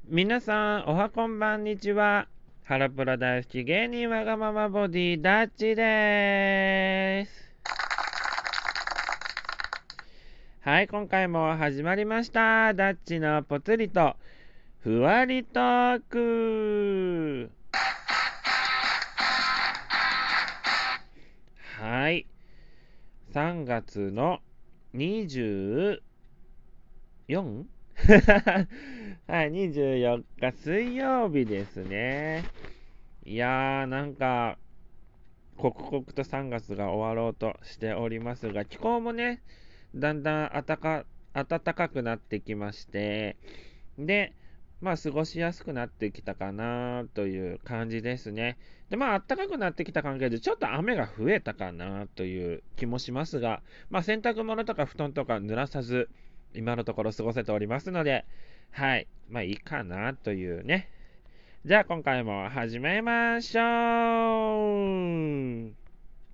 皆さん、おはこんばんにちは。ハロプロ大好き芸人わがままボディダッチです。はい、今回も始まりました。ダッチのぽつりとふわりトーク。はい、3月の 24? はい、24日水曜日ですね。いやー、なんか、刻々と3月が終わろうとしておりますが、気候もね、だんだん暖かくなってきまして、で、まあ、過ごしやすくなってきたかなという感じですね。で、まあ、暖かくなってきた関係で、ちょっと雨が増えたかなという気もしますが、まあ、洗濯物とか布団とか濡らさず、今のところ過ごせておりますので、はい、まあ、いいかなというね。じゃあ、今回も始めましょう。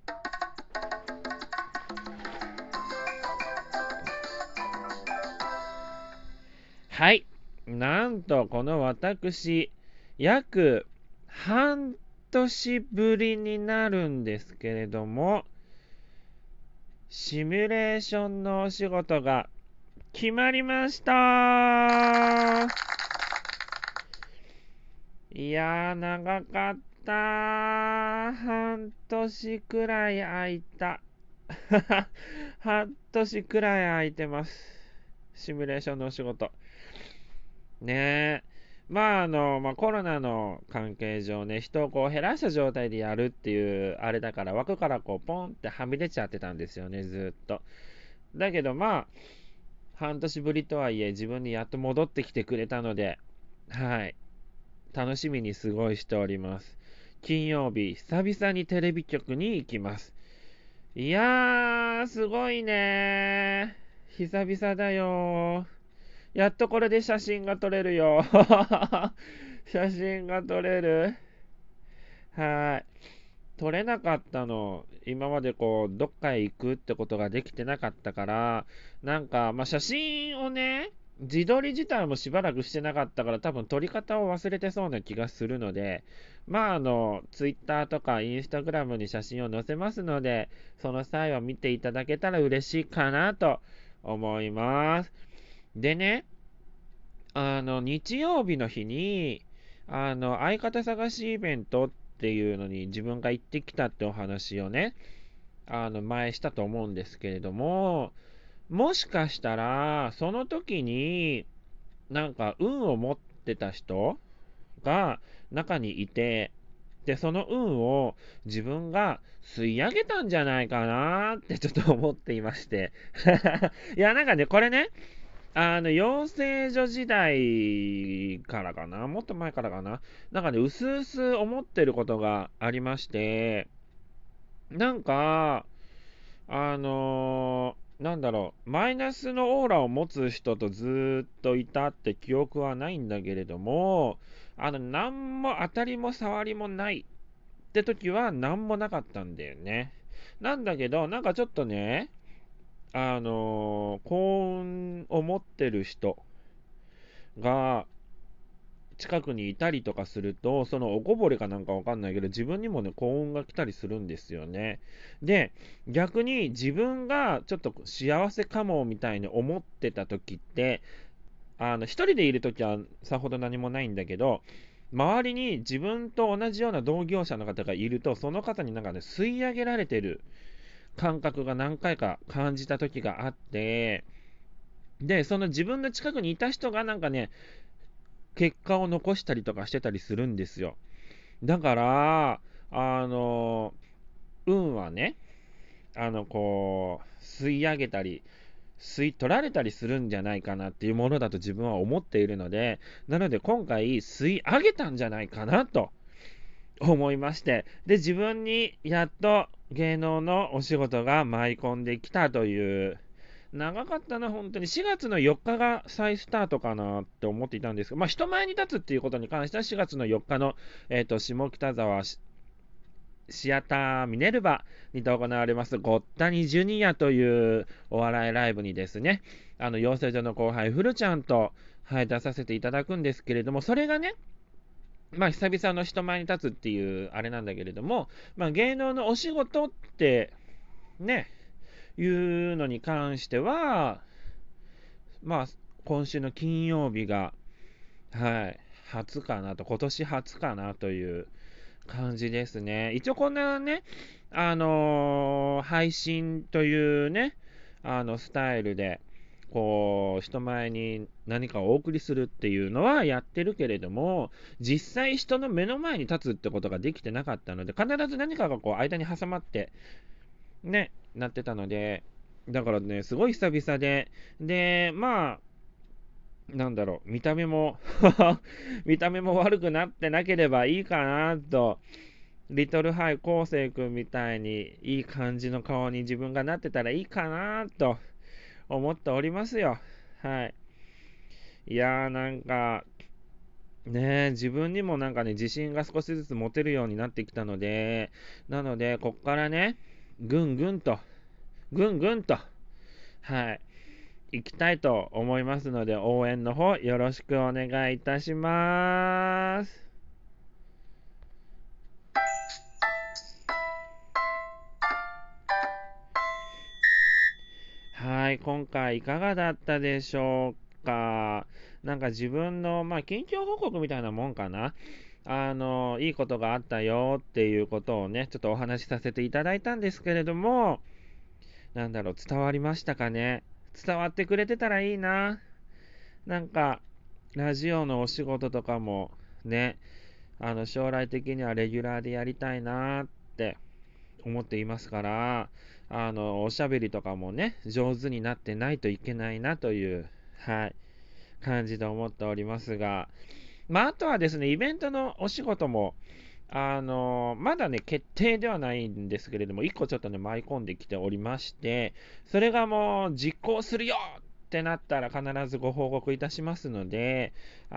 はい。なんと、この私、約半年ぶりになるんですけれども、シミュレーションのお仕事が決まりました。いやー、長かった。半年くらい空いた。半年くらい空いてます。シミュレーションのお仕事。ねえ。コロナの関係上ね、人をこう減らした状態でやるっていう、あれだから、枠からこう、ポンってはみ出ちゃってたんですよね、ずっと。だけど半年ぶりとはいえ、自分にやっと戻ってきてくれたので、はい。楽しみに過ごしております。金曜日、久々にテレビ局に行きます。いやー、すごいねー。久々だよー。やっとこれで写真が撮れるよ。写真が撮れる。はい。撮れなかったの。今までこう、どっかへ行くってことができてなかったから、写真をね、自撮り自体もしばらくしてなかったから、多分撮り方を忘れてそうな気がするので、ツイッターとかインスタグラムに写真を載せますので、その際は見ていただけたら嬉しいかなと思います。でね、日曜日の日に、相方探しイベントっていうのに自分が行ってきたってお話をね、前したと思うんですけれども、もしかしたら、その時に、運を持ってた人が中にいて、で、その運を自分が吸い上げたんじゃないかなってちょっと思っていまして。いや、これね、養成所時代からかな、もっと前からかな、うすうす思ってることがありまして、なんか、マイナスのオーラを持つ人とずーっといたって記憶はないんだけれども、なんも当たりも触りもないって時はなんもなかったんだよね。なんだけど、ちょっとね、幸運を持ってる人が近くにいたりとかすると、そのおこぼれかなんかわかんないけど、自分にもね、幸運が来たりするんですよね。で、逆に自分がちょっと幸せかもみたいに思ってた時って、一人でいる時はさほど何もないんだけど、周りに自分と同じような同業者の方がいると、その方に吸い上げられてる感覚が何回か感じた時があって、で、その自分の近くにいた人が結果を残したりとかしてたりするんですよ。だから、運はね、吸い上げたり、吸い取られたりするんじゃないかなっていうものだと自分は思っているので、なので今回吸い上げたんじゃないかなと思いまして、で、自分にやっと芸能のお仕事が舞い込んできたという長かったな、本当に。4月の4日が再スタートかなって思っていたんですが、人前に立つっていうことに関しては4月の4日の、下北沢シアターミネルバにて行われますゴッタニジュニアというお笑いライブにですね、養成所の後輩、フルちゃんとはい、出させていただくんですけれども、それがね、久々の人前に立つっていうあれなんだけれども、芸能のお仕事ってね、いうのに関しては、今週の金曜日が、はい、初かなと、今年初かなという感じですね。一応こんなね、配信というね、スタイルで、人前に何かをお送りするっていうのはやってるけれども、実際人の目の前に立つってことができてなかったので、必ず何かが間に挟まって、ね、なってたので、だからね、すごい久々で、で、見た目も見た目も悪くなってなければいいかなと、リトルハイ昴生君みたいにいい感じの顔に自分がなってたらいいかなと思っておりますよ。はい。いやー自分にも自信が少しずつ持てるようになってきたので、なので、こっからね、ぐんぐんと、はい、行きたいと思いますので、応援の方よろしくお願いいたします。はい、今回いかがだったでしょうか。自分の、近況報告みたいなもんかな。いいことがあったよっていうことをね、ちょっとお話しさせていただいたんですけれども、伝わりましたかね。伝わってくれてたらいいな。ラジオのお仕事とかもね、将来的にはレギュラーでやりたいなって思っていますから、おしゃべりとかもね、上手になってないといけないなという、はい、感じで思っておりますが、あとはですね、イベントのお仕事も、まだね、決定ではないんですけれども、1個ちょっとね、舞い込んできておりまして、それがもう実行するよってなったら必ずご報告いたしますので、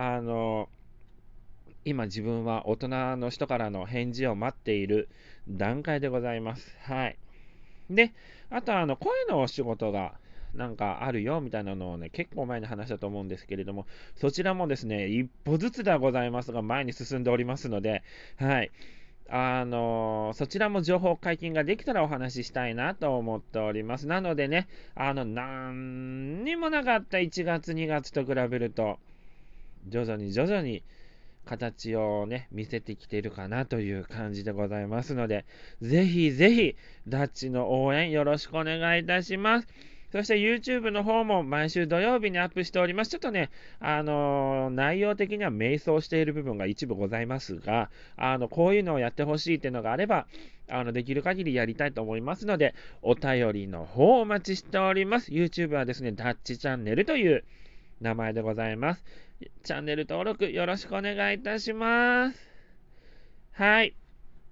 今自分は大人の人からの返事を待っている段階でございます。はい。で、あと声のお仕事があるよみたいなのをね、結構前に話したと思うんですけれども、そちらもですね、一歩ずつではございますが、前に進んでおりますので、はい。そちらも情報解禁ができたらお話ししたいなと思っております。なのでね、なんにもなかった1月、2月と比べると、徐々に形をね、見せてきているかなという感じでございますので、ぜひぜひ、ダッチの応援よろしくお願いいたします。そして YouTube の方も毎週土曜日にアップしております。ちょっとね、内容的には迷走している部分が一部ございますが、こういうのをやってほしいっていうのがあれば、できる限りやりたいと思いますので、お便りの方お待ちしております。YouTube はですね、ダッチチャンネルという名前でございます。チャンネル登録よろしくお願いいたします。はい。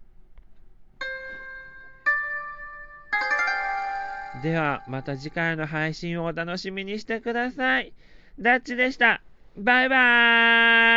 では、また次回の配信をお楽しみにしてください。ダッチでした。バイバーイ。